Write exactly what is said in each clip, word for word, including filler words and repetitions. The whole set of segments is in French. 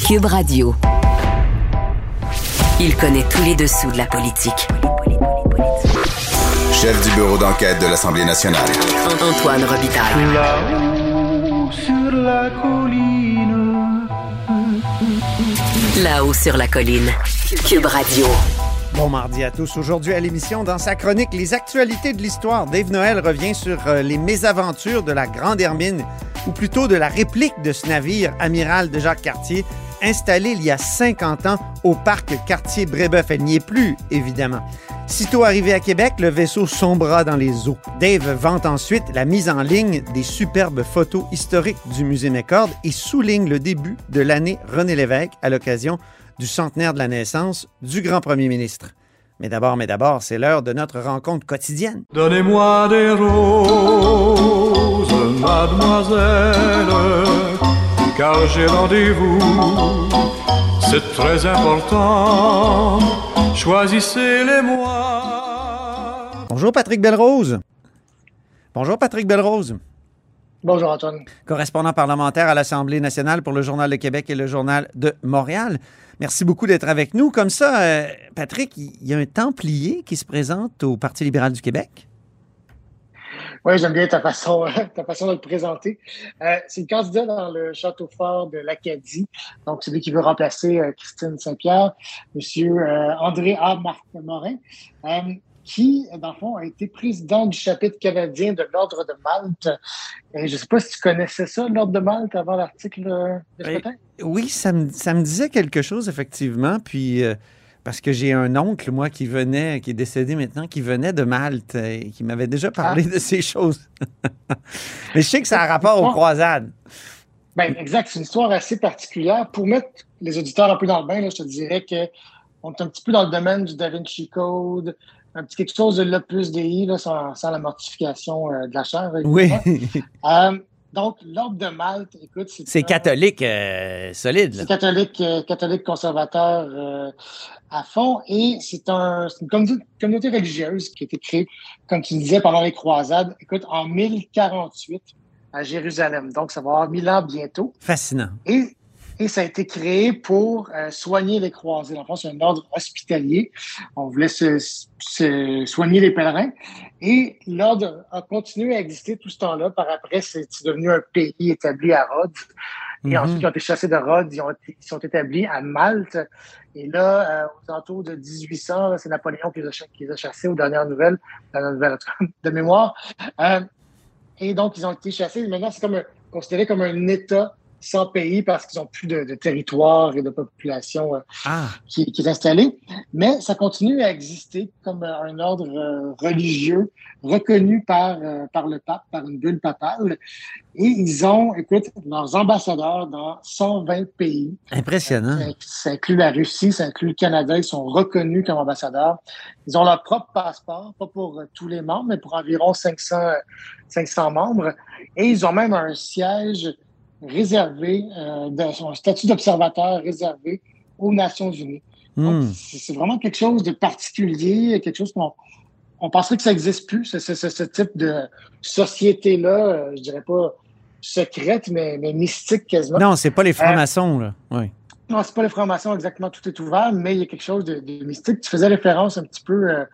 Cube Radio. Il connaît tous les dessous de la politique. Chef du bureau d'enquête de l'Assemblée nationale. Antoine Robitaille. Là-haut sur la colline. Là-haut sur la colline. Cube Radio. Bon mardi à tous. Aujourd'hui à l'émission, dans sa chronique Les actualités de l'histoire, Dave Noël revient sur euh, les mésaventures de la Grande Hermine, ou plutôt de la réplique de ce navire amiral de Jacques Cartier, installé il y a cinquante ans au parc Cartier-Brébeuf. Elle n'y est plus, évidemment. Sitôt arrivé à Québec, le vaisseau sombra dans les eaux. Dave vante ensuite la mise en ligne des superbes photos historiques du musée McCord et souligne le début de l'année René Lévesque à l'occasion du centenaire de la naissance du grand premier ministre. Mais d'abord, mais d'abord, c'est l'heure de notre rencontre quotidienne. Donnez-moi des roses, mademoiselle, car j'ai rendez-vous, c'est très important, choisissez-les-moi. Bonjour Patrick Belrose. Bonjour Patrick Belrose. Bonjour Antoine. Correspondant parlementaire à l'Assemblée nationale pour le Journal de Québec et le Journal de Montréal. Merci beaucoup d'être avec nous. Comme ça, euh, Patrick, il y a un Templier qui se présente au Parti libéral du Québec. Oui, j'aime bien ta façon, ta façon de le présenter. Euh, c'est le candidat dans le château fort de l'Acadie. Donc, celui qui veut remplacer euh, Christine Saint-Pierre, Monsieur euh, André A. Morin, euh, qui, dans le fond, a été président du chapitre canadien de l'Ordre de Malte. Et je ne sais pas si tu connaissais ça, l'Ordre de Malte, avant l'article de ce matin? Oui, ça me, ça me disait quelque chose, effectivement. Puis, euh, parce que j'ai un oncle, moi, qui venait, qui est décédé maintenant, qui venait de Malte et qui m'avait déjà parlé ah. de ces choses. Mais je sais que ça a rapport aux croisades. Ben, exact. C'est une histoire assez particulière. Pour mettre les auditeurs un peu dans le bain, là, je te dirais qu'on est un petit peu dans le domaine du Da Vinci Code, un petit quelque chose de l'Opus Dei, là, sans, sans la mortification euh, de la chair. Oui. euh, donc, l'Ordre de Malte, écoute... C'est, c'est un, catholique euh, solide. Là. C'est catholique, euh, catholique conservateur euh, à fond. Et c'est, un, c'est une communauté, communauté religieuse qui a été créée, comme tu disais, pendant les croisades, écoute, en mille quarante-huit à Jérusalem. Donc, ça va avoir mille ans bientôt. Fascinant. Et... Et ça a été créé pour euh, soigner les croisés. En fait, c'est un ordre hospitalier. On voulait se, se soigner les pèlerins. Et l'ordre a continué à exister tout ce temps-là. Par après, c'est, c'est devenu un pays établi à Rhodes. Et mm-hmm. ensuite, ils ont été chassés de Rhodes. Ils, ont été, ils sont établis à Malte. Et là, euh, aux alentours de dix-huit cents, là, c'est Napoléon qui les, a, qui les a chassés aux dernières nouvelles, dernières nouvelles de mémoire. Euh, et donc, ils ont été chassés. Maintenant, c'est comme un, considéré comme un État sans pays parce qu'ils n'ont plus de, de territoire et de population euh, ah. qui, qui est installée. Mais ça continue à exister comme euh, un ordre euh, religieux reconnu par, euh, par le pape, par une bulle papale. Et ils ont, écoute, leurs ambassadeurs dans cent vingt pays. Impressionnant. Euh, ça inclut la Russie, ça inclut le Canada. Ils sont reconnus comme ambassadeurs. Ils ont leur propre passeport, pas pour euh, tous les membres, mais pour environ cinq cents, cinq cents membres. Et ils ont même un siège réservé, euh, de, un statut d'observateur réservé aux Nations Unies. Mm. Donc, c'est, c'est vraiment quelque chose de particulier, quelque chose qu'on on penserait que ça n'existe plus, ce, ce, ce type de société-là, euh, je dirais pas secrète, mais, mais mystique quasiment. Non, c'est pas les francs-maçons, euh, là. Oui. Non, c'est pas les francs-maçons, exactement, tout est ouvert, mais il y a quelque chose de, de mystique. Tu faisais référence un petit peu euh,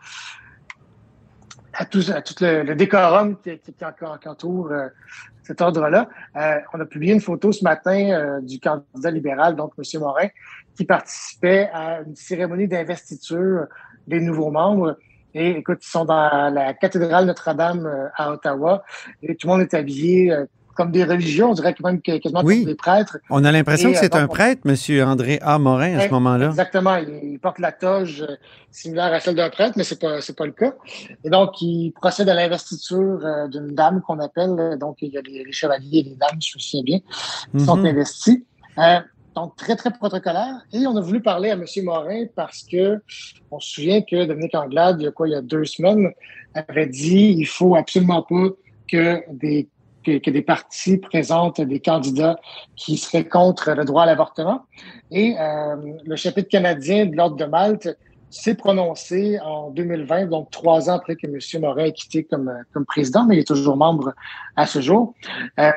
à tout, à tout le, le décorum qui, qui, qui, qui entoure euh, cet ordre-là. Euh, on a publié une photo ce matin euh, du candidat libéral, donc M. Morin, qui participait à une cérémonie d'investiture des nouveaux membres. Et écoute, ils sont dans la cathédrale Notre-Dame euh, à Ottawa. Et tout le monde est habillé euh, comme des religieux, on dirait même quasiment oui. comme des prêtres. On a l'impression et, que c'est euh, un donc, prêtre, M. André A. Morin, à ce moment-là. Exactement. Il, il porte la toge euh, similaire à celle d'un prêtre, mais c'est pas c'est pas le cas. Et donc, il procède à l'investiture euh, d'une dame qu'on appelle, donc il y a les, les chevaliers et les dames, je me souviens bien, qui mm-hmm. sont investis. Euh, donc, très, très protocolaire. Et on a voulu parler à M. Morin parce que on se souvient que Dominique Anglade, il y a quoi, il y a deux semaines, avait dit il faut absolument pas que des Que, que des partis présentent des candidats qui seraient contre le droit à l'avortement. Et euh, le chapitre canadien de l'Ordre de Malte s'est prononcé en deux mille vingt, donc trois ans après que M. Morin ait quitté comme, comme président, mais il est toujours membre à ce jour. Euh,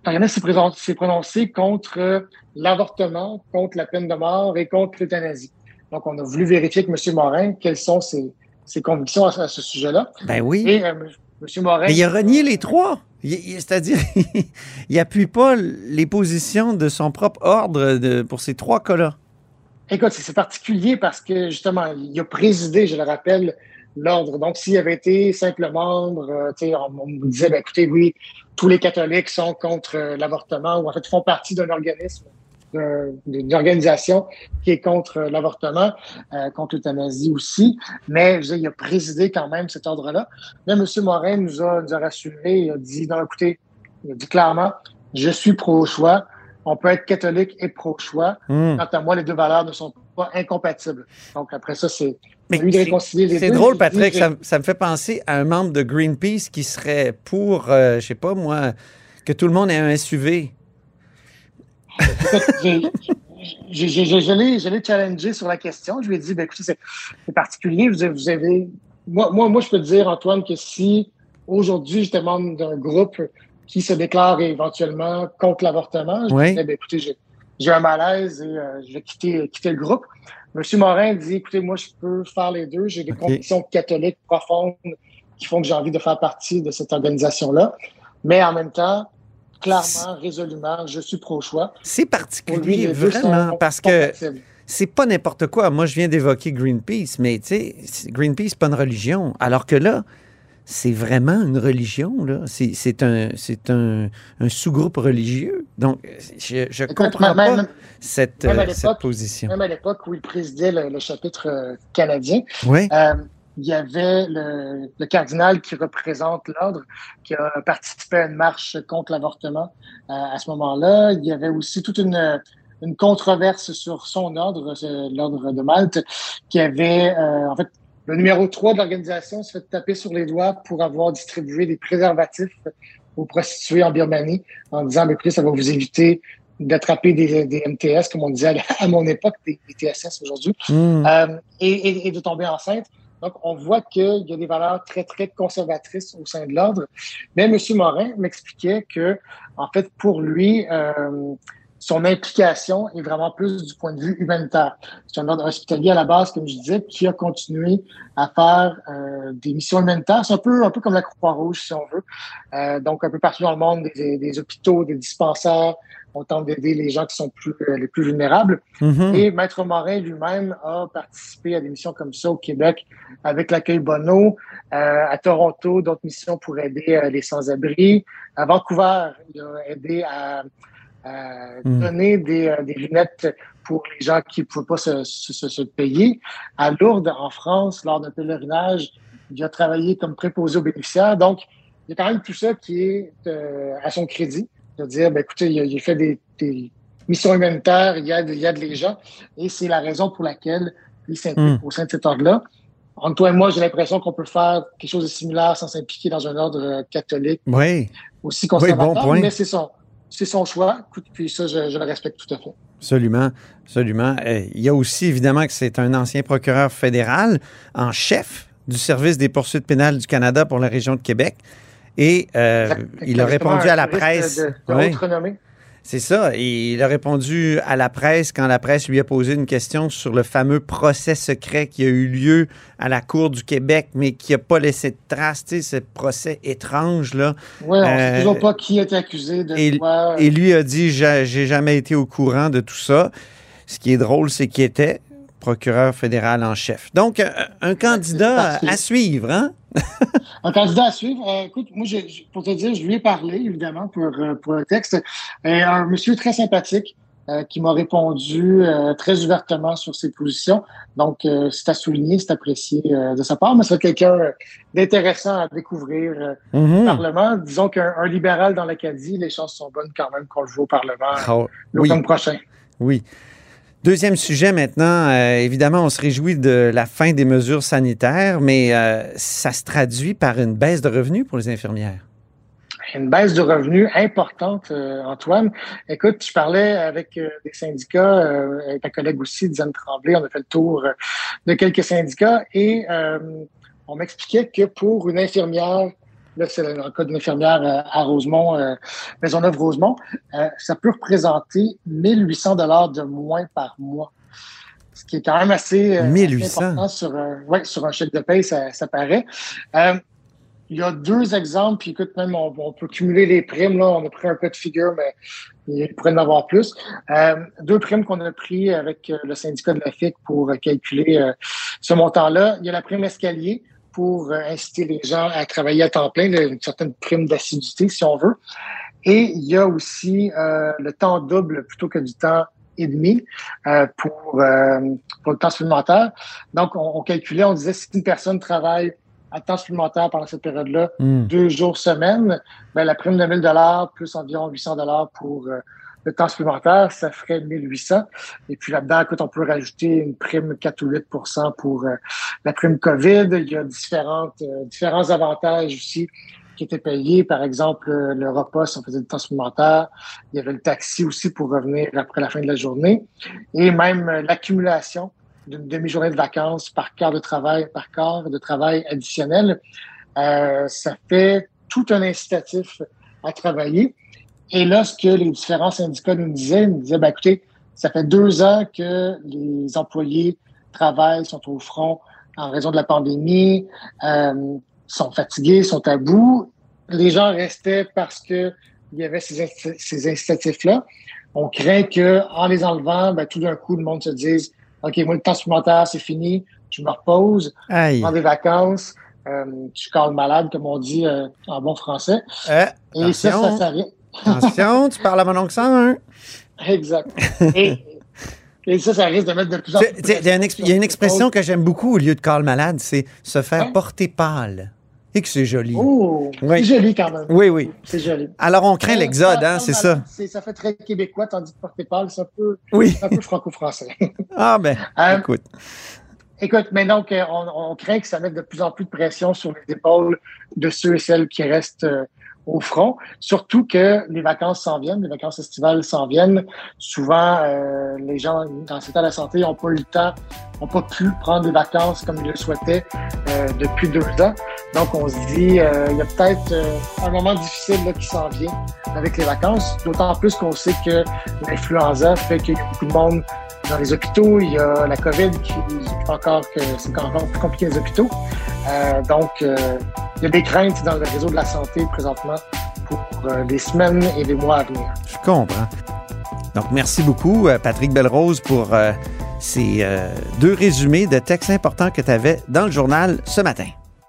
l'organisme s'est, présent, s'est prononcé contre l'avortement, contre la peine de mort et contre l'euthanasie. Donc, on a voulu vérifier avec M. Morin quelles sont ses, ses convictions à, à ce sujet-là. Ben oui. Et euh, M. Morin... Mais il a renié les trois. Il, il, c'est-à-dire, il n'appuie pas les positions de son propre ordre de, pour ces trois cas-là. Écoute, c'est, c'est particulier parce que, justement, il a présidé, je le rappelle, l'ordre. Donc, s'il avait été simple membre, euh, on, on me disait, ben, écoutez, oui, tous les catholiques sont contre euh, l'avortement, ou en fait font partie d'un organisme, d'un, d'une organisation qui est contre euh, l'avortement, euh, contre l'euthanasie aussi. Mais je veux dire, il a présidé quand même cet ordre-là. Mais M. Morin nous a, nous a rassuré, il a dit, non, écoutez, il a dit clairement, je suis pro-choix. On peut être catholique et pro-choix. Mmh. Quant à moi, les deux valeurs ne sont pas incompatibles. Donc, après ça, c'est Mais lui de réconcilier les c'est deux. C'est drôle, Patrick, dis, ça, ça me fait penser à un membre de Greenpeace qui serait pour, euh, je sais pas moi, que tout le monde ait un S U V. j'ai, j'ai, j'ai, j'ai, je, l'ai, je l'ai challengé sur la question. Je lui ai dit, ben, écoutez, c'est, c'est particulier. Vous avez, vous avez... Moi, moi, moi, je peux te dire, Antoine, que si aujourd'hui, j'étais membre d'un groupe qui se déclare éventuellement contre l'avortement, je oui. disais, ben, écoutez, j'ai, j'ai un malaise et euh, je vais quitter, quitter le groupe. Monsieur Morin dit, écoutez, moi, je peux faire les deux. J'ai des okay. convictions catholiques profondes qui font que j'ai envie de faire partie de cette organisation-là. Mais en même temps, clairement, résolument, je suis pro-choix. C'est particulier, lui, vraiment, parce que c'est pas n'importe quoi. Moi, je viens d'évoquer Greenpeace, mais tu sais, Greenpeace, c'est pas une religion. Alors que là, c'est vraiment une religion, là. C'est, c'est, un, c'est un, un sous-groupe religieux. Donc, je ne comprends même, pas cette, euh, cette position. Même à l'époque où il présidait le, le chapitre euh, canadien, oui. euh, il y avait le, le cardinal qui représente l'ordre, qui a participé à une marche contre l'avortement euh, à ce moment-là. Il y avait aussi toute une, une controverse sur son ordre, l'ordre de Malte, qui avait, euh, en fait, le numéro trois de l'organisation se fait taper sur les doigts pour avoir distribué des préservatifs aux prostituées en Birmanie en disant, ben, écoutez, ça va vous éviter d'attraper des, des M T S, comme on disait à, à mon époque, des, des T S S aujourd'hui, mmh. euh, et, et, et de tomber enceinte. Donc, on voit qu'il y a des valeurs très, très conservatrices au sein de l'ordre. Mais M. Morin m'expliquait que, en fait, pour lui, euh, son implication est vraiment plus du point de vue humanitaire. C'est un ordre hospitalier à la base, comme je disais, qui a continué à faire euh, des missions humanitaires. C'est un peu, un peu comme la Croix-Rouge, si on veut. Euh, donc, un peu partout dans le monde, des, des hôpitaux, des dispensaires. On tente d'aider les gens qui sont plus, euh, les plus vulnérables. Mm-hmm. Et Maître Morin lui-même a participé à des missions comme ça au Québec avec l'accueil Bonneau, euh, à Toronto, d'autres missions pour aider euh, les sans-abri. À Vancouver, il a aidé à Euh, mmh. donner des, euh, des lunettes pour les gens qui ne pouvaient pas se, se, se payer. À Lourdes, en France, lors d'un pèlerinage, il a travaillé comme préposé aux bénéficiaires. Donc, il y a quand même tout ça qui est euh, à son crédit. De dire, ben, écoutez, il a, il a fait des, des missions humanitaires, il aide, il aide les gens, et c'est la raison pour laquelle il s'implique mmh. au sein de cet ordre-là. Entre toi et moi, j'ai l'impression qu'on peut faire quelque chose de similaire sans s'impliquer dans un ordre catholique oui. aussi conservateur, oui, bon point. Mais c'est son... C'est son choix, puis ça, je, je le respecte tout à fait. Absolument, absolument. Il y a aussi, évidemment, que c'est un ancien procureur fédéral en chef du service des poursuites pénales du Canada pour la région de Québec. Et euh, il a répondu à la presse. De, de oui. haute renommée. C'est ça. Et il a répondu à la presse quand la presse lui a posé une question sur le fameux procès secret qui a eu lieu à la Cour du Québec, mais qui n'a pas laissé de traces, tu sais, ce procès étrange-là. Oui, on ne euh, sait toujours pas qui est accusé de et, quoi. Et lui a dit, j'ai, j'ai jamais été au courant de tout ça. Ce qui est drôle, c'est qu'il était procureur fédéral en chef. Donc, un, un candidat à suivre, hein? Un candidat à suivre. Euh, écoute, moi, je, pour te dire, je lui ai parlé, évidemment, pour, pour le texte. Et un monsieur très sympathique euh, qui m'a répondu euh, très ouvertement sur ses positions. Donc, euh, c'est à souligner, c'est apprécié euh, de sa part. Mais c'est quelqu'un d'intéressant à découvrir euh, mm-hmm. au Parlement. Disons qu'un un libéral dans l'Acadie, les chances sont bonnes quand même qu'on le voit au Parlement oh, l'automne oui. prochain. Oui. Deuxième sujet maintenant, euh, évidemment, on se réjouit de la fin des mesures sanitaires, mais euh, ça se traduit par une baisse de revenus pour les infirmières. Une baisse de revenus importante, euh, Antoine. Écoute, je parlais avec euh, des syndicats, euh, avec ta collègue aussi, Diane Tremblay, on a fait le tour euh, de quelques syndicats et euh, on m'expliquait que pour une infirmière là, c'est dans le cas d'une infirmière euh, à Rosemont, euh, Maisonneuve-Rosemont, euh, ça peut représenter mille huit cents dollars de moins par mois. Ce qui est quand même assez, euh, mille huit cents important sur un, ouais, sur un chèque de paye, ça, ça paraît. Euh, il y a deux exemples, puis écoute, même on, on peut cumuler les primes, là, on a pris un peu de figure, mais il pourrait en avoir plus. Euh, deux primes qu'on a pris avec le syndicat de la F I C pour calculer euh, ce montant-là. Il y a la prime escalier pour euh, inciter les gens à travailler à temps plein, une certaine prime d'assiduité, si on veut. Et il y a aussi euh, le temps double plutôt que du temps et demi euh, pour, euh, pour le temps supplémentaire. Donc, on, on calculait, on disait si une personne travaille à temps supplémentaire pendant cette période-là, mm. deux jours semaine, ben, la prime de mille dollars plus environ huit cents dollars pour euh, le temps supplémentaire, ça ferait mille huit cents. Et puis là-dedans, écoute, on peut rajouter une prime quatre ou huit pour cent pour euh, la prime COVID. Il y a différentes, euh, différents avantages aussi qui étaient payés. Par exemple, euh, le repas, si on faisait du temps supplémentaire. Il y avait le taxi aussi pour revenir après la fin de la journée. Et même euh, l'accumulation d'une demi-journée de vacances par quart de travail, par quart de travail additionnel. Euh, ça fait tout un incitatif à travailler. Et là, ce que les différents syndicats nous disaient, ils nous disaient, ben, écoutez, ça fait deux ans que les employés travaillent, sont au front en raison de la pandémie, euh, sont fatigués, sont à bout. Les gens restaient parce que il y avait ces, inc- ces incitatifs-là. On craint que en les enlevant, ben, tout d'un coup, le monde se dise, OK, moi, le temps supplémentaire, c'est fini. Je me repose. Aïe. Je prends des vacances. Euh, je cale malade, comme on dit euh, en bon français. Euh, Et attention. ça, ça s'arrête. Attention, tu parles à mon oncle cent un. Exact. Et, et ça, ça risque de mettre de plus en plus... Il y a une, exp- y a une expression que j'aime beaucoup au lieu de call malade, c'est se faire hein? porter pâle. Et que c'est joli. Oh, oui. C'est joli quand même. Oui, oui. C'est joli. Alors, on craint l'exode, hein, c'est ça. C'est, ça fait très québécois, tandis que porter pâle, c'est un peu, oui. un peu franco-français. Ah, ben, euh, écoute. Écoute, mais donc, on, on craint que ça mette de plus en plus de pression sur les épaules de ceux et celles qui restent euh, au front. Surtout que les vacances s'en viennent, les vacances estivales s'en viennent. Souvent, euh, les gens dans cet état de la santé n'ont pas eu le temps, n'ont pas pu prendre des vacances comme ils le souhaitaient euh, depuis deux ans. Donc, on se dit, euh, il y a peut-être euh, un moment difficile là, qui s'en vient avec les vacances. D'autant plus qu'on sait que l'influenza fait qu'il y a beaucoup de monde dans les hôpitaux. Il y a la COVID qui fait encore que c'est encore plus compliqué les hôpitaux. Euh, donc, euh, il y a des craintes dans le réseau de la santé présentement pour euh, les semaines et les mois à venir. Je comprends. Donc, merci beaucoup, Patrick Belrose, pour euh, ces euh, deux résumés de textes importants que tu avais dans le journal ce matin.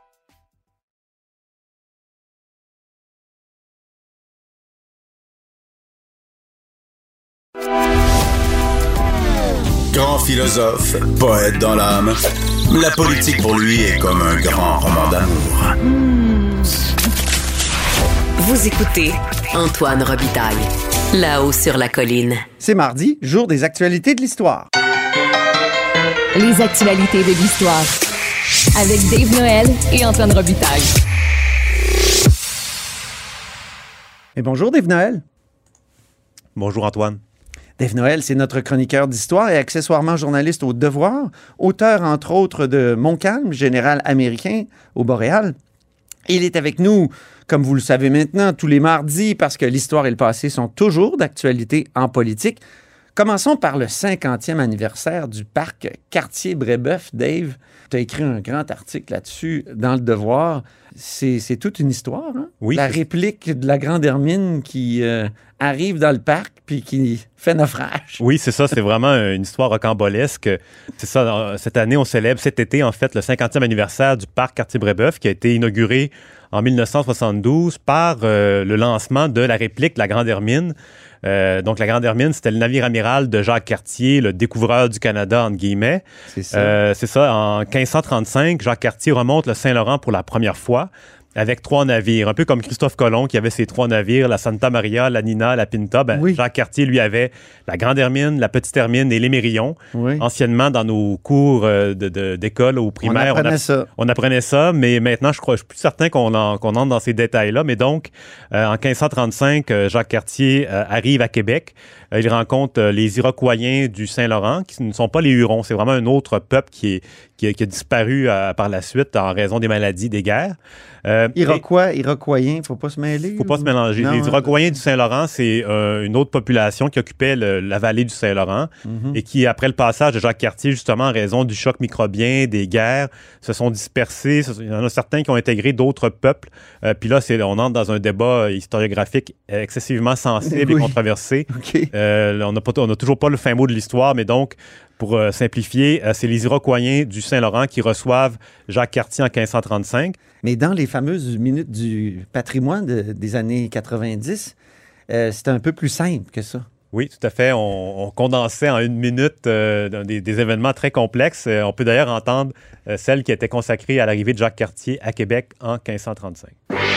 Grand philosophe, poète dans l'âme, la politique pour lui est comme un grand roman d'amour. Vous écoutez Antoine Robitaille, là-haut sur la colline. C'est mardi, jour des actualités de l'histoire. Les actualités de l'histoire avec Dave Noël et Antoine Robitaille. Et bonjour Dave Noël. Bonjour Antoine. Dave Noël, c'est notre chroniqueur d'histoire et accessoirement journaliste au Devoir, auteur entre autres de Montcalm, général américain au Boréal. Il est avec nous, comme vous le savez maintenant, tous les mardis parce que l'histoire et le passé sont toujours d'actualité en politique. Commençons par le cinquantième anniversaire du parc Cartier-Brébeuf. Dave, tu as écrit un grand article là-dessus dans Le Devoir. C'est, c'est toute une histoire, hein? Oui. La réplique de la Grande Hermine qui euh, arrive dans le parc puis qui fait naufrage. Oui, c'est ça. C'est vraiment une histoire rocambolesque. C'est ça. Cette année, on célèbre cet été, en fait, le cinquantième anniversaire du parc Cartier-Brébeuf qui a été inauguré en dix-neuf cent soixante-douze par euh, le lancement de la réplique de la Grande Hermine. Euh, donc, la Grande Hermine, c'était le navire amiral de Jacques Cartier, le découvreur du Canada, entre guillemets. C'est ça. Euh, c'est ça. En quinze cent trente-cinq, Jacques Cartier remonte le Saint-Laurent pour la première fois avec trois navires. Un peu comme Christophe Colomb qui avait ses trois navires, la Santa Maria, la Nina, la Pinta. Ben, oui. Jacques Cartier, lui, avait la Grande Hermine, la Petite Hermine et l'Émérillon. Oui. Anciennement, dans nos cours de, de, d'école au primaire, on apprenait on, a, ça. on apprenait ça, mais maintenant, je crois, je suis plus certain qu'on, en, qu'on entre dans ces détails-là. Mais donc, euh, en quinze cent trente-cinq, euh, Jacques Cartier euh, arrive à Québec. Euh, il rencontre euh, les Iroquoiens du Saint-Laurent, qui ne sont pas les Hurons. C'est vraiment un autre peuple qui, est, qui, a, qui a disparu euh, par la suite en raison des maladies, des guerres. Euh, Iroquois, et... Iroquoiens, il ne faut pas se mêler? Il ne faut pas ou... se mélanger. Non, les Iroquoiens hein. du Saint-Laurent, c'est euh, une autre population qui occupait le, la vallée du Saint-Laurent mm-hmm. et qui, après le passage de Jacques Cartier, justement, en raison du choc microbien, des guerres, se sont dispersés. Il y en a certains qui ont intégré d'autres peuples. Euh, puis là, c'est, on entre dans un débat historiographique excessivement sensible oui. et controversé. Okay. Euh, on n'a toujours pas le fin mot de l'histoire, mais donc, pour euh, simplifier, euh, c'est les Iroquoiens du Saint-Laurent qui reçoivent Jacques Cartier en quinze cent trente-cinq. Mais dans les fameuses minutes du patrimoine de, des années quatre-vingt-dix, euh, c'était un peu plus simple que ça. Oui, tout à fait. On, on condensait en une minute euh, des, des événements très complexes. Euh, on peut d'ailleurs entendre euh, celle qui était consacrée à l'arrivée de Jacques Cartier à Québec en quinze cent trente-cinq.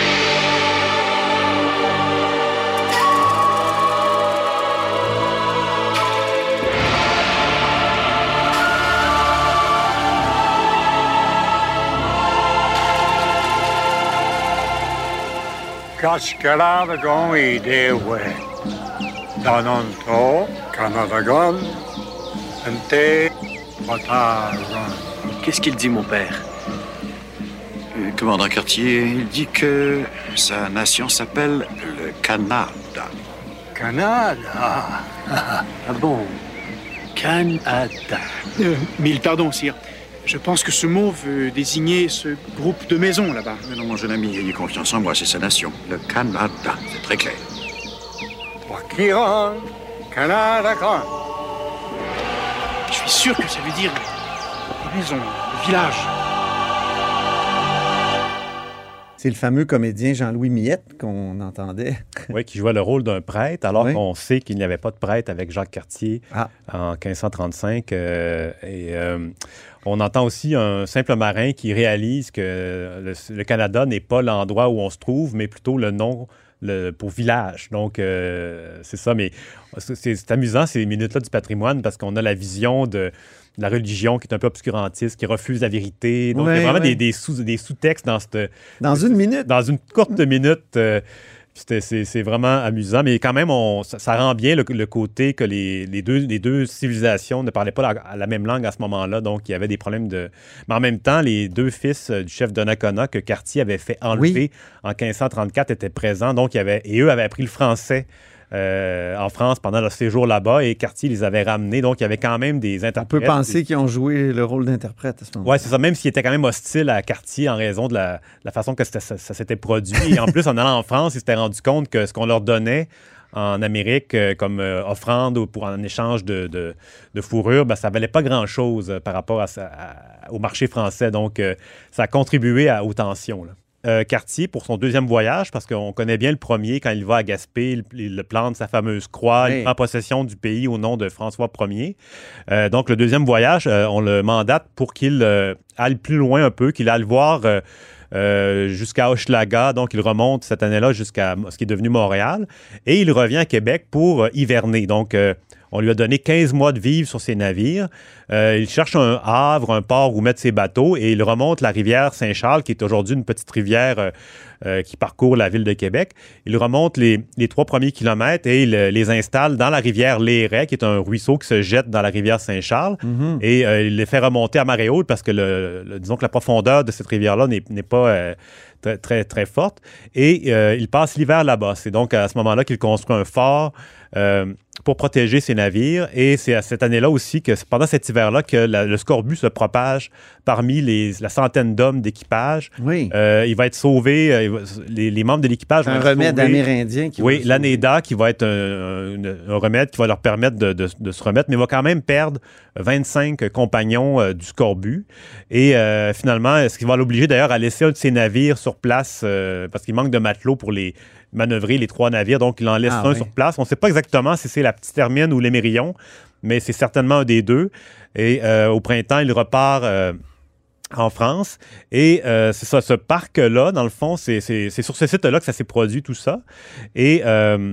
Cascaragon et des ouais. Danonto, Canadagon, Ente, Potaron. Qu'est-ce qu'il dit, mon père? Le commandant Cartier, il dit que sa nation s'appelle le Canada. Canada? Ah bon? Canada. Euh, mille pardons, sire. Je pense que ce mot veut désigner ce groupe de maisons là-bas. Mais non, mon jeune ami, ayez confiance en moi, c'est sa nation. Le Canada, c'est très clair. Wakiron, Canada. Je suis sûr que ça veut dire la maison, le village. C'est le fameux comédien Jean-Louis Millette qu'on entendait. Oui, qui jouait le rôle d'un prêtre, alors oui. qu'on sait qu'il n'y avait pas de prêtre avec Jacques Cartier ah. en quinze cent trente-cinq. Euh, et euh, on entend aussi un simple marin qui réalise que le, le Canada n'est pas l'endroit où on se trouve, mais plutôt le nom le, pour village. Donc, euh, c'est ça. Mais c'est, c'est amusant, ces minutes-là du patrimoine, parce qu'on a la vision de... la religion qui est un peu obscurantiste, qui refuse la vérité. Donc, ouais, il y a vraiment ouais. des, des, sous, des sous-textes dans cette... Dans une minute. Dans une courte minute. Euh, c'est, c'est vraiment amusant. Mais quand même, on, ça, ça rend bien le, le côté que les, les, deux, les deux civilisations ne parlaient pas la, la même langue à ce moment-là. Donc, il y avait des problèmes de... Mais en même temps, les deux fils du chef Donnacona que Cartier avait fait enlever oui. en quinze cent trente-quatre étaient présents. Donc, il y avait, et eux avaient appris le français Euh, en France pendant leur séjour là-bas et Cartier les avait ramenés. Donc, il y avait quand même des interprètes. On peut penser des... qu'ils ont joué le rôle d'interprète à ce moment-là. Oui, c'est ça. Même s'ils étaient quand même hostiles à Cartier en raison de la, la façon que ça, ça s'était produit. Et en plus, en allant en France, ils s'étaient rendus compte que ce qu'on leur donnait en Amérique euh, comme euh, offrande ou pour en échange de, de, de fourrure, ben, ça ne valait pas grand-chose euh, par rapport à, à, au marché français. Donc, euh, ça a contribué à, aux tensions, là. Euh, Cartier, pour son deuxième voyage, parce qu'on connaît bien le premier, quand il va à Gaspé, il, il plante sa fameuse croix, oui. il prend possession du pays au nom de François Ier. Euh, donc, le deuxième voyage, euh, on le mandate pour qu'il euh, aille plus loin un peu, qu'il aille voir euh, euh, jusqu'à Hochelaga. Donc, il remonte cette année-là jusqu'à ce qui est devenu Montréal. Et il revient à Québec pour euh, hiverner. Donc, euh, on lui a donné quinze mois de vivre sur ses navires. Euh, il cherche un havre, un port où mettre ses bateaux et il remonte la rivière Saint-Charles, qui est aujourd'hui une petite rivière euh, euh, qui parcourt la ville de Québec. Il remonte les, les trois premiers kilomètres et il euh, les installe dans la rivière Lairet, qui est un ruisseau qui se jette dans la rivière Saint-Charles. Mm-hmm. Et euh, il les fait remonter à marée haute parce que, le, le, disons que la profondeur de cette rivière-là n'est, n'est pas... Euh, Très, très, très forte. Et euh, il passe l'hiver là-bas. C'est donc à ce moment-là qu'il construit un fort euh, pour protéger ses navires. Et c'est à cette année-là aussi que, pendant cet hiver-là, que la, le scorbut se propage parmi les, la centaine d'hommes d'équipage. Oui. Euh, il va être sauvé. Euh, les, les membres de l'équipage vont un être remède sauvés. amérindien. Qui oui, l'Anéda, qui va être un, un, un remède qui va leur permettre de, de, de se remettre, mais il va quand même perdre vingt-cinq compagnons euh, du scorbut. Et euh, finalement, ce qui va l'obliger d'ailleurs à laisser un de ses navires sur place euh, parce qu'il manque de matelots pour les manœuvrer les trois navires. Donc, il en laisse ah, un oui. sur place. On ne sait pas exactement si c'est la Petite Hermine ou l'Émérillon, mais c'est certainement un des deux. Et euh, au printemps, il repart euh, en France. Et euh, c'est ça, ce parc-là, dans le fond, c'est, c'est, c'est sur ce site-là que ça s'est produit, tout ça. Et... Euh,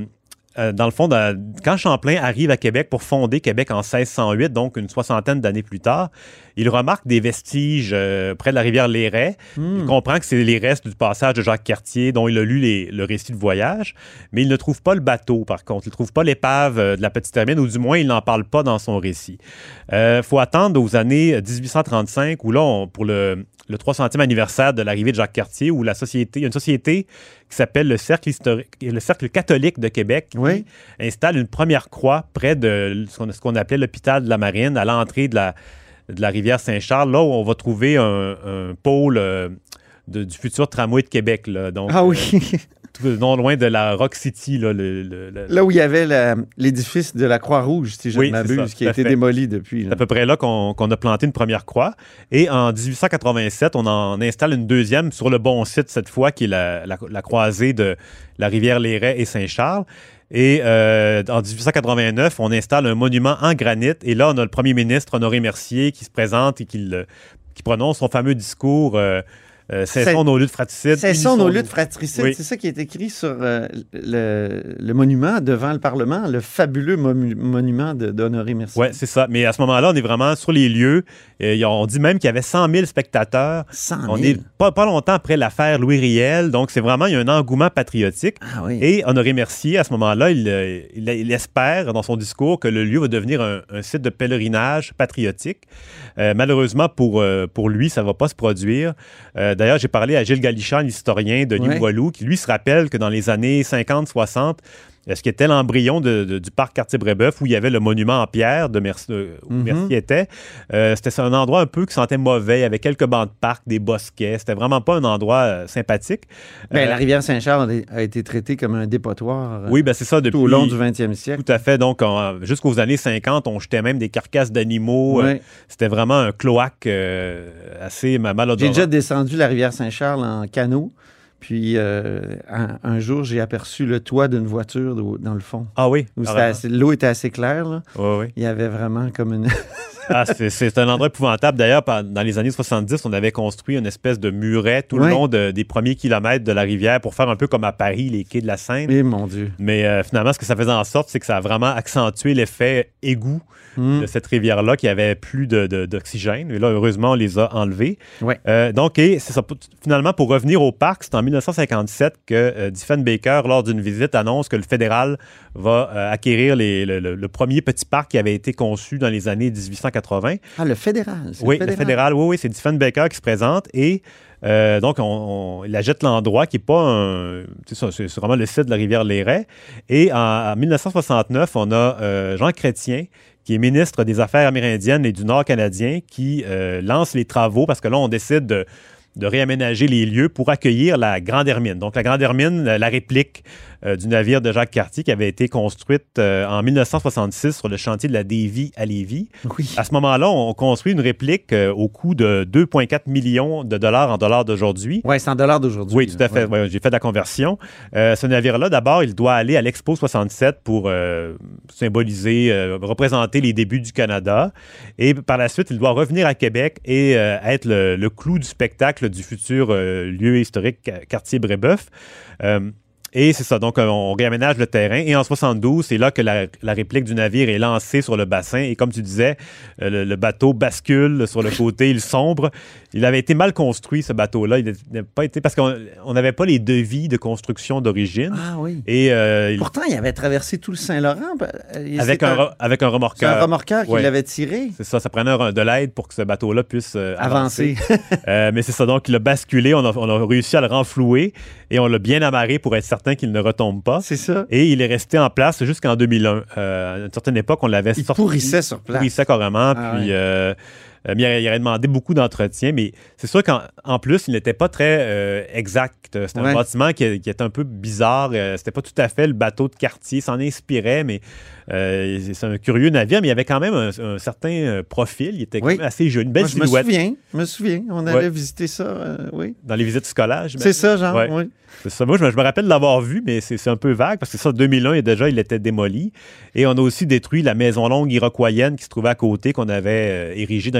euh, dans le fond, dans, quand Champlain arrive à Québec pour fonder Québec en seize cent huit, donc une soixantaine d'années plus tard, il remarque des vestiges euh, près de la rivière Lairet. Mm. Il comprend que c'est les restes du passage de Jacques Cartier, dont il a lu les, le récit de voyage, mais il ne trouve pas le bateau, par contre. Il ne trouve pas l'épave euh, de la Petite Hermine, ou du moins, il n'en parle pas dans son récit. Il euh, faut attendre aux années dix-huit cent trente-cinq, où là, on, pour le, le trois centième anniversaire de l'arrivée de Jacques Cartier, où la société, il y a une société qui s'appelle le Cercle historique, le Cercle catholique de Québec, qui oui. installe une première croix près de ce qu'on, ce qu'on appelait l'hôpital de la Marine, à l'entrée de la de la rivière Saint-Charles, là où on va trouver un, un pôle euh, de, du futur tramway de Québec. Là. Donc, ah oui! Euh, tout, non loin de la Rock City. Là, le, le, le... là où il y avait la, l'édifice de la Croix-Rouge, si je oui, ne m'abuse, ça, qui a été fait. démoli depuis. Là. C'est à peu près là qu'on, qu'on a planté une première croix. Et en dix-huit cent quatre-vingt-sept, on en installe une deuxième sur le bon site cette fois, qui est la, la, la croisée de la rivière Lairet et Saint-Charles. Et euh, en dix-huit cent quatre-vingt-neuf, on installe un monument en granit. Et là, on a le premier ministre Honoré Mercier qui se présente et qui, le, qui prononce son fameux discours euh, euh, « Cessons nos luttes fratricides ». Cessons nos luttes fratricides, oui. C'est ça qui est écrit sur euh, le, le monument devant le Parlement, le fabuleux mo- monument de, d'Honoré Mercier. Oui, c'est ça. Mais à ce moment-là, on est vraiment sur les lieux. Et on dit même qu'il y avait cent mille spectateurs. cent mille? On est pas, pas longtemps après l'affaire Louis Riel. Donc, c'est vraiment, il y a un engouement patriotique. Ah oui. Et Honoré Mercier, à ce moment-là, il, il, il espère dans son discours que le lieu va devenir un, un site de pèlerinage patriotique. Euh, malheureusement, pour, euh, pour lui, ça ne va pas se produire. Euh, d'ailleurs, j'ai parlé à Gilles Galichan, l'historien de Denis Boileau, qui lui se rappelle que dans les années cinquante soixante, ce qui était l'embryon de, de, du parc Cartier-Brébeuf, où il y avait le monument en pierre de Mercier, euh, où mm-hmm. Mercier était. Euh, c'était un endroit un peu qui sentait mauvais, avec quelques bancs de parc, des bosquets. C'était vraiment pas un endroit euh, sympathique. Bien, euh, la rivière Saint-Charles a été traitée comme un dépotoir. Oui, ben c'est ça depuis tout au long du vingtième siècle. Tout à fait. Donc, on, jusqu'aux années cinquante, on jetait même des carcasses d'animaux. Oui. Euh, c'était vraiment un cloaque euh, assez malodorant. J'ai déjà descendu la rivière Saint-Charles en canot. Puis, euh, un, un jour, j'ai aperçu le toit d'une voiture de, dans le fond. Ah oui? Où assez, l'eau était assez claire. Là. Oui, oui. Il y avait vraiment comme une... ah, c'est, c'est un endroit épouvantable. D'ailleurs, dans les années soixante-dix, on avait construit une espèce de muret tout oui. le long de, des premiers kilomètres de la rivière pour faire un peu comme à Paris, les quais de la Seine. Eh mon Dieu! Mais euh, finalement, ce que ça faisait en sorte, c'est que ça a vraiment accentué l'effet égout mm. de cette rivière-là qui avait plus de, de, d'oxygène. Et là, heureusement, on les a enlevés. Oui. Euh, donc, et c'est ça, finalement, pour revenir au parc, c'est en dix-neuf cent cinquante-sept que euh, Diefenbaker, lors d'une visite, annonce que le fédéral va euh, acquérir les, le, le, le premier petit parc qui avait été conçu dans les années dix-huit cent quatre-vingts. Ah, le fédéral. C'est oui, le fédéral. le fédéral. Oui, oui, c'est Diefenbaker qui se présente et euh, donc on, on, il achète l'endroit qui n'est pas un. C'est ça, c'est, c'est vraiment le site de la rivière Lairet. Et en, en dix-neuf cent soixante-neuf, on a euh, Jean Chrétien, qui est ministre des Affaires amérindiennes et du Nord canadien, qui euh, lance les travaux parce que là, on décide de. de réaménager les lieux pour accueillir la Grande Hermine. Donc, la Grande Hermine, la réplique euh, du navire de Jacques Cartier qui avait été construite euh, en dix-neuf cent soixante-six sur le chantier de la Davie à Lévis. Oui. À ce moment-là, on construit une réplique euh, au coût de deux virgule quatre millions de dollars en dollars d'aujourd'hui. Oui, c'est en dollars d'aujourd'hui. Oui, tout à fait. Ouais. Ouais, j'ai fait la conversion. Euh, ce navire-là, d'abord, il doit aller à l'Expo soixante-sept pour euh, symboliser, euh, représenter les débuts du Canada. Et par la suite, il doit revenir à Québec et euh, être le, le clou du spectacle du futur euh, lieu historique Cartier-Brébeuf. Euh, Et c'est ça, donc on réaménage le terrain. Et en soixante-douze, c'est là que la, la réplique du navire est lancée sur le bassin. Et comme tu disais, le, le bateau bascule sur le côté, il sombre. Il avait été mal construit, ce bateau-là. Il n'a pas été... Parce qu'on n'avait pas les devis de construction d'origine. Ah oui. Et, euh, Pourtant, il avait traversé tout le Saint-Laurent. Avec un, un, avec un remorqueur. C'est un remorqueur qui ouais. l'avait tiré. C'est ça, ça prenait un, de l'aide pour que ce bateau-là puisse euh, avancer. avancer. euh, mais c'est ça, donc il a basculé. On a, on a réussi à le renflouer et on l'a bien amarré pour être certain qu'il ne retombe pas. C'est ça. Et il est resté en place jusqu'en deux mille un. Euh, à une certaine époque, on l'avait il sorti. Il pourrissait sur place. Il pourrissait carrément. Ah, puis ouais. euh, euh, il aurait demandé beaucoup d'entretien. Mais c'est sûr qu'en en plus, il n'était pas très euh, exact. C'était ouais. un bâtiment qui, qui était un peu bizarre. Euh, c'était pas tout à fait le bateau de Cartier. S'en inspirait, mais euh, c'est un curieux navire. Mais il y avait quand même un, un certain profil. Il était oui. quand même assez joli. Une belle Moi, je silhouette. me souviens. Je me souviens. On allait ouais. visiter ça. Euh, oui. Dans les visites scolaires. C'est ça, genre. Ouais. Oui. C'est ça. Moi, je me, je me rappelle de l'avoir vu, mais c'est, c'est un peu vague parce que ça, en deux mille un, et déjà, il était démoli. Et on a aussi détruit la maison longue iroquoienne qui se trouvait à côté, qu'on avait euh, érigée dans les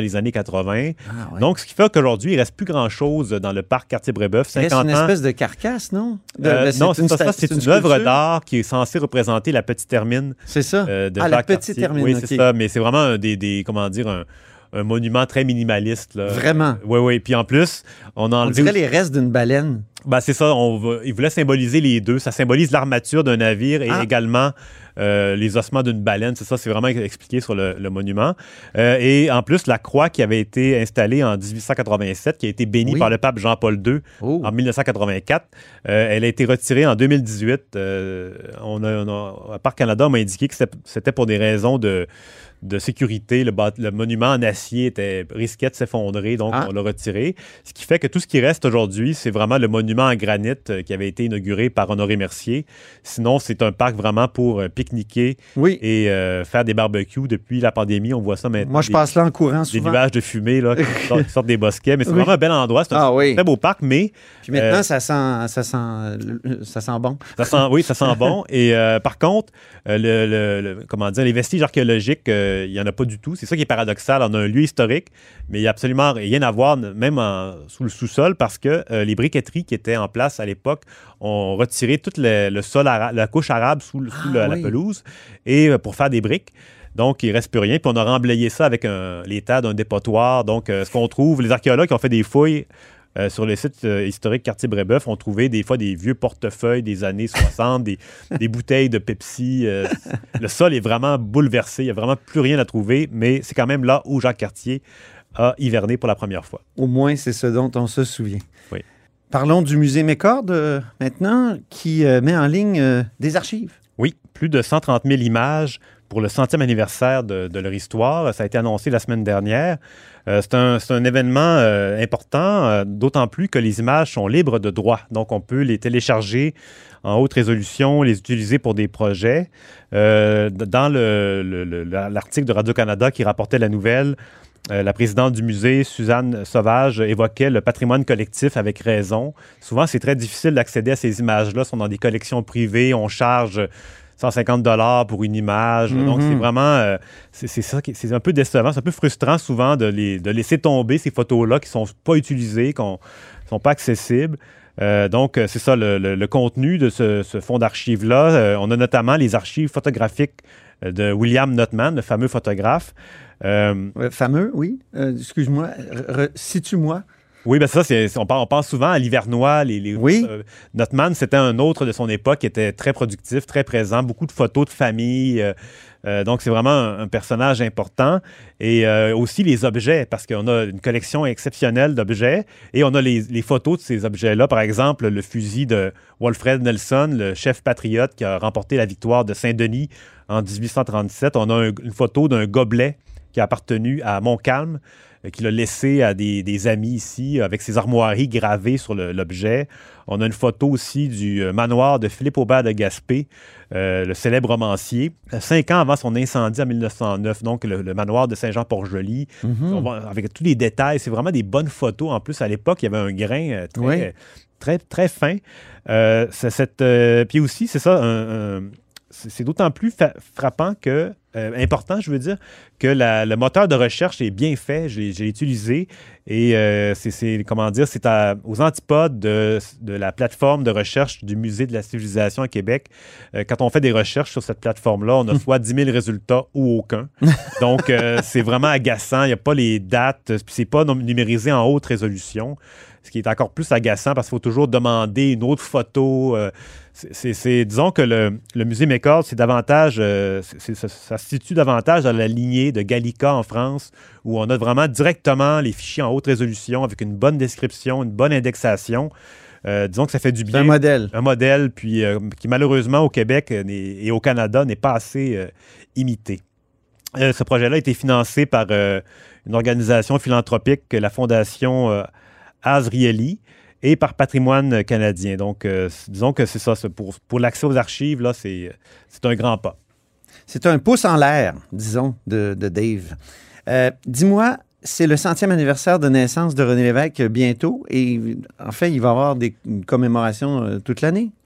les années quatre-vingt. Ah, ouais. Donc, ce qui fait qu'aujourd'hui, il ne reste plus grand-chose dans le parc Cartier-Brébeuf. C'est une espèce de carcasse, non? De, euh, ben, non, c'est une, ça, ça, c'est une, une œuvre d'art qui est censée représenter la petite Hermine. C'est ça? Euh, de ah, Jacques la petite Cartier. Hermine, Oui, okay. c'est ça. Mais c'est vraiment un, des, des, comment dire, un, un monument très minimaliste. Là. Vraiment? Oui, oui. Puis en plus, on a enlevé... On dirait les restes d'une baleine. Ben, c'est ça. On va, il voulait symboliser les deux. Ça symbolise l'armature d'un navire et ah. également euh, les ossements d'une baleine. C'est ça, c'est vraiment expliqué sur le, le monument. Euh, et en plus, la croix qui avait été installée en dix-huit cent quatre-vingt-sept, qui a été bénie oui. par le pape Jean-Paul deux oh. en dix-neuf cent quatre-vingt-quatre, euh, elle a été retirée en deux mille dix-huit. Euh, on a, on a, à Parc Canada, on m'a indiqué que c'était pour des raisons de... de sécurité. Le, bat, le monument en acier était, risquait de s'effondrer, donc ah. on l'a retiré. Ce qui fait que tout ce qui reste aujourd'hui, c'est vraiment le monument en granit euh, qui avait été inauguré par Honoré Mercier. Sinon, c'est un parc vraiment pour euh, pique-niquer oui. et euh, faire des barbecues. Depuis la pandémie, on voit ça maintenant. Moi, je des, passe là en courant souvent. Des nuages de fumée là, qui, sortent, qui sortent des bosquets. Mais c'est oui. vraiment un bel endroit. C'est un ah, oui. très beau parc, mais... Puis maintenant, euh, ça, sent, ça, sent, ça sent bon. Ça sent, oui, ça sent bon. Et euh, par contre, euh, le, le, le, comment dire, les vestiges archéologiques, euh, il n'y en a pas du tout. C'est ça qui est paradoxal. On a un lieu historique, mais il n'y a absolument rien à voir, même en, sous le sous-sol, parce que euh, les briqueteries qui étaient en place à l'époque ont retiré tout le, le sol, ara- la couche arabe sous, sous ah, le, oui. la pelouse et euh, pour faire des briques. Donc, il ne reste plus rien. Puis on a remblayé ça avec un, l'état d'un dépotoir. Donc, euh, ce qu'on trouve, les archéologues qui ont fait des fouilles Euh, sur les sites euh, historiques Cartier-Brébeuf, on trouvait des fois des vieux portefeuilles des années soixante, des, des bouteilles de Pepsi. Euh, le sol est vraiment bouleversé. Il n'y a vraiment plus rien à trouver, mais c'est quand même là où Jacques Cartier a hiverné pour la première fois. Au moins, c'est ce dont on se souvient. Oui. Parlons du musée Mécord euh, maintenant, qui euh, met en ligne euh, des archives. Oui, plus de cent trente mille images pour le centième anniversaire de, de leur histoire. Ça a été annoncé la semaine dernière. Euh, c'est, un, c'est un événement euh, important, euh, d'autant plus que les images sont libres de droit. Donc, on peut les télécharger en haute résolution, les utiliser pour des projets. Euh, dans le, le, le, l'article de Radio-Canada qui rapportait la nouvelle, Euh, la présidente du musée, Suzanne Sauvage, évoquait le patrimoine collectif avec raison. Souvent, c'est très difficile d'accéder à ces images-là. Elles sont dans des collections privées. On charge cent cinquante dollars pour une image. Mm-hmm. Donc, c'est vraiment... Euh, c'est, c'est, ça qui, c'est un peu décevant. C'est un peu frustrant souvent de, les, de laisser tomber ces photos-là qui ne sont pas utilisées, qui ne sont pas accessibles. Euh, donc, c'est ça, le, le, le contenu de ce, ce fonds d'archives-là. Euh, on a notamment les archives photographiques de William Notman, le fameux photographe. Euh, ouais, fameux, oui. Euh, excuse-moi, re- situe-moi. Oui, bien ça, c'est, on, on pense souvent à l'Hivernois. Les, les, oui. Euh, Notman, c'était un autre de son époque qui était très productif, très présent, beaucoup de photos de famille. Euh, euh, donc, c'est vraiment un, un personnage important. Et euh, aussi les objets, parce qu'on a une collection exceptionnelle d'objets et on a les, les photos de ces objets-là. Par exemple, le fusil de Walfred Nelson, le chef patriote qui a remporté la victoire de Saint-Denis en dix-huit cent trente-sept. On a un, une photo d'un gobelet qui a appartenu à Montcalm, euh, qu'il a laissé à des, des amis ici, avec ses armoiries gravées sur le, l'objet. On a une photo aussi du euh, manoir de Philippe Aubert de Gaspé, euh, le célèbre romancier, euh, cinq ans avant son incendie en mille neuf cent neuf, donc le, le manoir de Saint-Jean-Port-Joli, mm-hmm. va, avec tous les détails. C'est vraiment des bonnes photos. En plus, à l'époque, il y avait un grain euh, très, oui. très, très fin. Euh, c'est cette, euh, puis aussi, c'est ça, un... un C'est, c'est d'autant plus fa- frappant que, euh, important, je veux dire, que la, le moteur de recherche est bien fait. J'ai, j'ai utilisé et euh, c'est, c'est, comment dire, c'est à, aux antipodes de, de la plateforme de recherche du Musée de la civilisation à Québec. Euh, quand on fait des recherches sur cette plateforme-là, on a soit dix mille résultats ou aucun. Donc, euh, c'est vraiment agaçant. Il n'y a pas les dates, puis c'est pas numérisé en haute résolution. Ce qui est encore plus agaçant parce qu'il faut toujours demander une autre photo. Euh, c'est, c'est, c'est, disons que le, le musée Mécord, c'est davantage, euh, c'est, c'est, ça se situe davantage dans la lignée de Gallica en France, où on a vraiment directement les fichiers en haute résolution avec une bonne description, une bonne indexation. Euh, disons que ça fait du bien. C'est un modèle. Un modèle, puis euh, qui malheureusement au Québec et au Canada n'est pas assez euh, imité. Euh, ce projet-là a été financé par euh, une organisation philanthropique, la Fondation euh, Azrieli, et par Patrimoine canadien. Donc, euh, disons que c'est ça. C'est pour, pour l'accès aux archives, là, c'est, c'est un grand pas. C'est un pouce en l'air, disons, de, de Dave. Euh, dis-moi, c'est le centième anniversaire de naissance de René Lévesque bientôt, et en fait, il va y avoir des commémorations euh, toute l'année.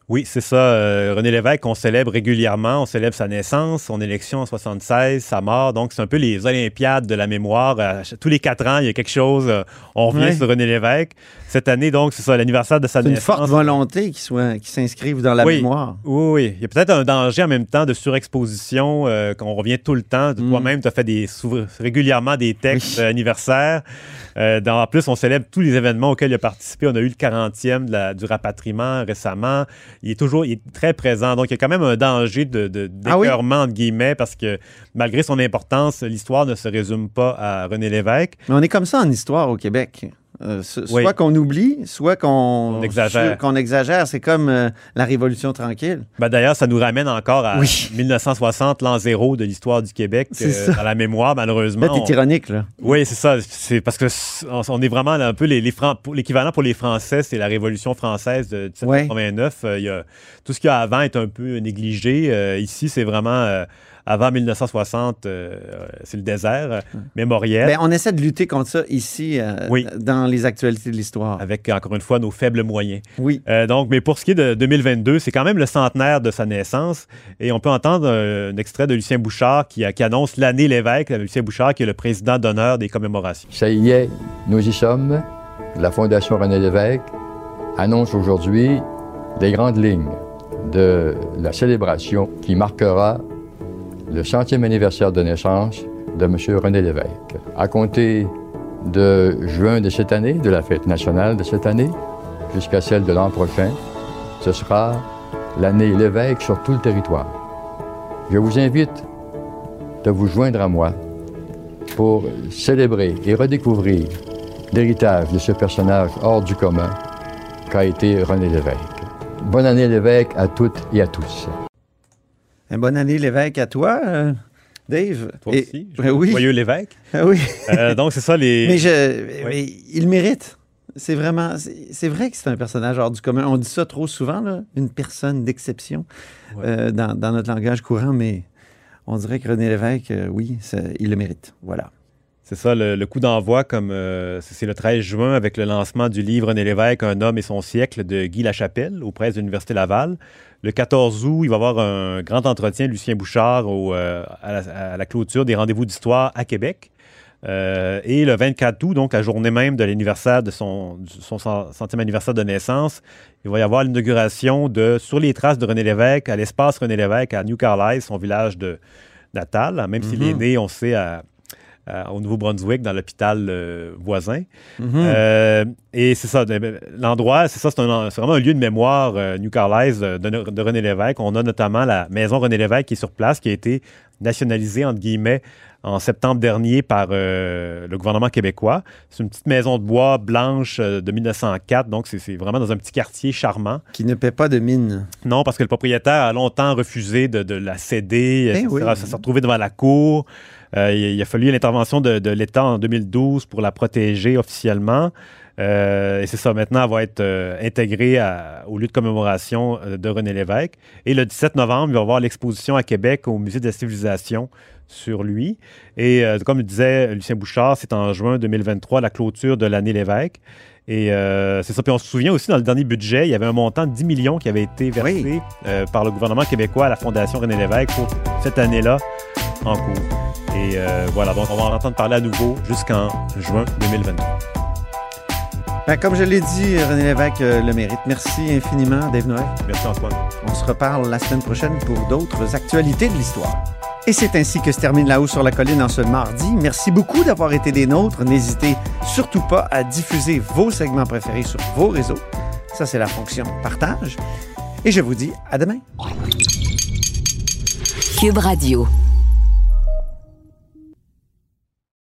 Oui, c'est ça. Euh, René Lévesque, on célèbre régulièrement. On célèbre sa naissance, son élection en soixante-seize, sa mort. Donc, c'est un peu les Olympiades de la mémoire. À, tous les quatre ans, il y a quelque chose. Euh, on revient Ouais. sur René Lévesque. Cette année, donc, c'est ça, l'anniversaire de sa C'est une naissance. forte volonté qui, soit, qui s'inscrive dans la oui. mémoire. Oui, oui. Il y a peut-être un danger en même temps de surexposition, euh, qu'on revient tout le temps. Mm. Toi-même, tu as fait des, sou- régulièrement des textes Oui. euh, anniversaires. Euh, dans, en plus, on célèbre tous les événements auxquels il a participé. On a eu le quarantième de la, du rapatriement récemment. Il est toujours il est très présent. Donc, il y a quand même un danger de, de, Ah oui? d'écœurement, entre guillemets, parce que malgré son importance, l'histoire ne se résume pas à René Lévesque. Mais on est comme ça en histoire au Québec. Euh, so- Oui. Soit qu'on oublie, soit qu'on On exagère. qu'on exagère. C'est comme euh, la Révolution tranquille. Ben, d'ailleurs, ça nous ramène encore à Oui. mille neuf cent soixante, l'an zéro de l'histoire du Québec, C'est euh, ça. dans la mémoire, malheureusement. Là, t'es on- ironique, là. Oui, c'est ça. C'est parce que c- on, on est vraiment là, un peu les, les Fran- pour- l'équivalent pour les Français, c'est la Révolution française de dix-sept cent quatre-vingt-neuf. Euh, il y a, tout ce qu'il y a avant est un peu négligé. Euh, ici, c'est vraiment euh, avant mille neuf cent soixante, euh, c'est le désert euh, mémoriel. Ben, on essaie de lutter contre ça ici, euh, Oui. dans les actualités de l'histoire. Avec, encore une fois, nos faibles moyens. Oui. Euh, donc, mais pour ce qui est de deux mille vingt-deux, c'est quand même le centenaire de sa naissance. Et on peut entendre un, un extrait de Lucien Bouchard qui, qui annonce l'année Lévesque. Lucien Bouchard, qui est le président d'honneur des commémorations. Ça y est, nous y sommes. La Fondation René Lévesque annonce aujourd'hui les grandes lignes de la célébration qui marquera le centième anniversaire de naissance de M. René Lévesque. À compter de juin de cette année, de la fête nationale de cette année, jusqu'à celle de l'an prochain, ce sera l'année Lévesque sur tout le territoire. Je vous invite de vous joindre à moi pour célébrer et redécouvrir l'héritage de ce personnage hors du commun qu'a été René Lévesque. Bonne année Lévesque à toutes et à tous. Une bonne année, Lévesque, à toi, euh, Dave. Toi Et- aussi. Ben oui. Joyeux Lévesque. Ah oui. Euh, donc, c'est ça les. Mais, je, Oui. mais il mérite. C'est vraiment. C'est c'est vrai que c'est un personnage hors du commun. On dit ça trop souvent, là, une personne d'exception Ouais. euh, dans, dans notre langage courant, mais on dirait que René Lévesque, euh, oui, ça- il le mérite. Voilà. C'est ça, le, le coup d'envoi, comme euh, c'est c'est le treize juin avec le lancement du livre René Lévesque, Un homme et son siècle de Guy Lachapelle aux presses de l'Université Laval. Le quatorze août, il va y avoir un grand entretien de Lucien Bouchard au, euh, à, la, à la clôture des rendez-vous d'histoire à Québec. Euh, et le vingt-quatre août, donc la journée même de l'anniversaire de son, du- son cent- centième anniversaire de naissance, il va y avoir l'inauguration de Sur les traces de René Lévesque à l'espace René Lévesque à New Carlisle, son village de natal, même s'il est Mhm. né, on sait, à, à- au Nouveau-Brunswick, dans l'hôpital euh, voisin. Mhm. Euh, et c'est ça, de- l'endroit, c'est ça, c'est, un- c'est vraiment un lieu de mémoire, euh, New Carlisle, euh, de, de René Lévesque. On a notamment la maison René Lévesque qui est sur place, qui a été nationalisée, entre guillemets, en septembre dernier par euh, le gouvernement québécois. C'est une petite maison de bois blanche euh, de mille neuf cent quatre, donc c'est, c'est vraiment dans un petit quartier charmant. Qui ne paie pas de mine. Non, parce que le propriétaire a longtemps refusé de, de la céder. Ben ça, oui. s'est- ça s'est retrouvé devant la cour. Euh, il, il a fallu l'intervention de, de l'État en deux mille douze pour la protéger officiellement. Euh, et c'est ça, maintenant, elle va être euh, intégrée à- au lieu de commémoration euh, de René Lévesque. Et le dix-sept novembre, il va y avoir l'exposition à Québec au Musée de la Civilisation sur lui. Et euh, comme le disait Lucien Bouchard, c'est en juin deux mille vingt-trois, la clôture de l'année Lévesque. Et euh, c'est ça. Puis on se souvient aussi, dans le dernier budget, il y avait un montant de dix millions qui avait été versé Oui. euh, par le gouvernement québécois à la Fondation René Lévesque pour cette année-là en cours. Et euh, voilà, donc on va en entendre parler à nouveau jusqu'en juin deux mille vingt-trois. Ben, comme je l'ai dit, René Lévesque euh, le mérite. Merci infiniment, Dave Noël. Merci Antoine. On se reparle la semaine prochaine pour d'autres actualités de l'histoire. Et c'est ainsi que se termine La Haut sur la colline en ce mardi. Merci beaucoup d'avoir été des nôtres. N'hésitez surtout pas à diffuser vos segments préférés sur vos réseaux. Ça, c'est la fonction partage. Et je vous dis à demain. Cube Radio.